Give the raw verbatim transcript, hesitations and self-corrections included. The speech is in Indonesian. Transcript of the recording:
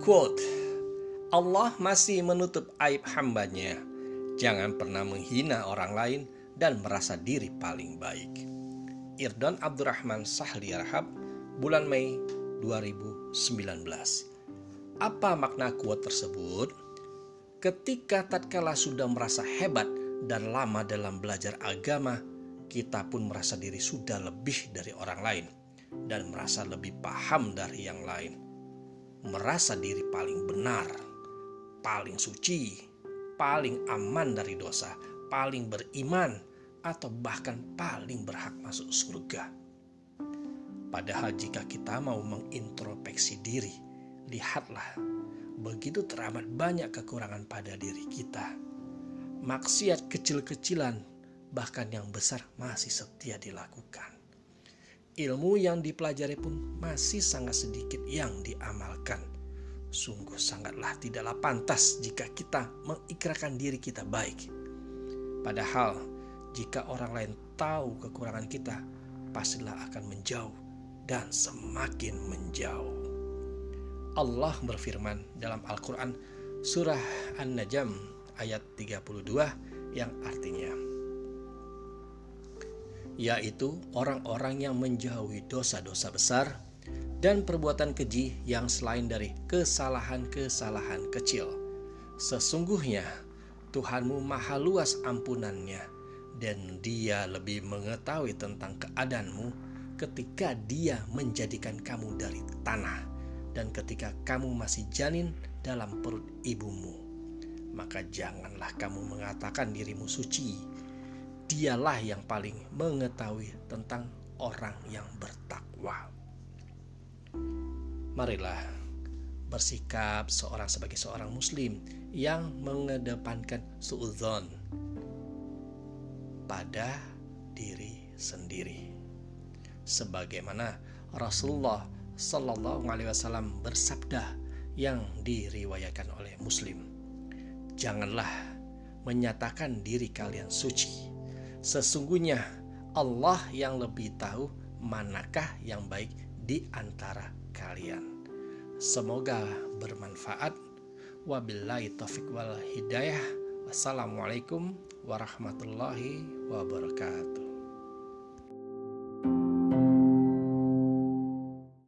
Quote, Allah masih menutup aib hambanya. Jangan pernah menghina orang lain dan merasa diri paling baik. Irdon Abdurrahman Sahli Rahab, bulan Mei dua ribu sembilan belas. Apa makna quote tersebut? Ketika tatkala sudah merasa hebat dan lama dalam belajar agama, kita pun merasa diri sudah lebih dari orang lain dan merasa lebih paham dari yang lain. Merasa diri paling benar, paling suci, paling aman dari dosa, paling beriman, atau bahkan paling berhak masuk surga. Padahal jika kita mau mengintrospeksi diri, lihatlah, begitu teramat banyak kekurangan pada diri kita. Maksiat kecil-kecilan, bahkan yang besar masih setia dilakukan. Ilmu yang dipelajari pun masih sangat sedikit yang diamalkan. Sungguh sangatlah tidaklah pantas jika kita mengikrarkan diri kita baik. Padahal jika orang lain tahu kekurangan kita, pastilah akan menjauh dan semakin menjauh. Allah berfirman dalam Al-Quran surah An-Najm ayat tiga puluh dua yang artinya, yaitu orang-orang yang menjauhi dosa-dosa besar dan perbuatan keji yang selain dari kesalahan-kesalahan kecil. Sesungguhnya Tuhanmu maha luas ampunannya, dan Dia lebih mengetahui tentang keadaanmu ketika Dia menjadikan kamu dari tanah dan ketika kamu masih janin dalam perut ibumu. Maka janganlah kamu mengatakan dirimu suci. Dialah yang paling mengetahui tentang orang yang bertakwa. Marilah bersikap seorang sebagai seorang muslim yang mengedepankan suudzon pada diri sendiri. Sebagaimana Rasulullah Sallallahu Alaihi Wasallam bersabda yang diriwayatkan oleh Muslim, janganlah menyatakan diri kalian suci. Sesungguhnya Allah yang lebih tahu manakah yang baik di antara kalian. Semoga bermanfaat. Wabillahi taufiq wal hidayah. Wassalamualaikum warahmatullahi wabarakatuh.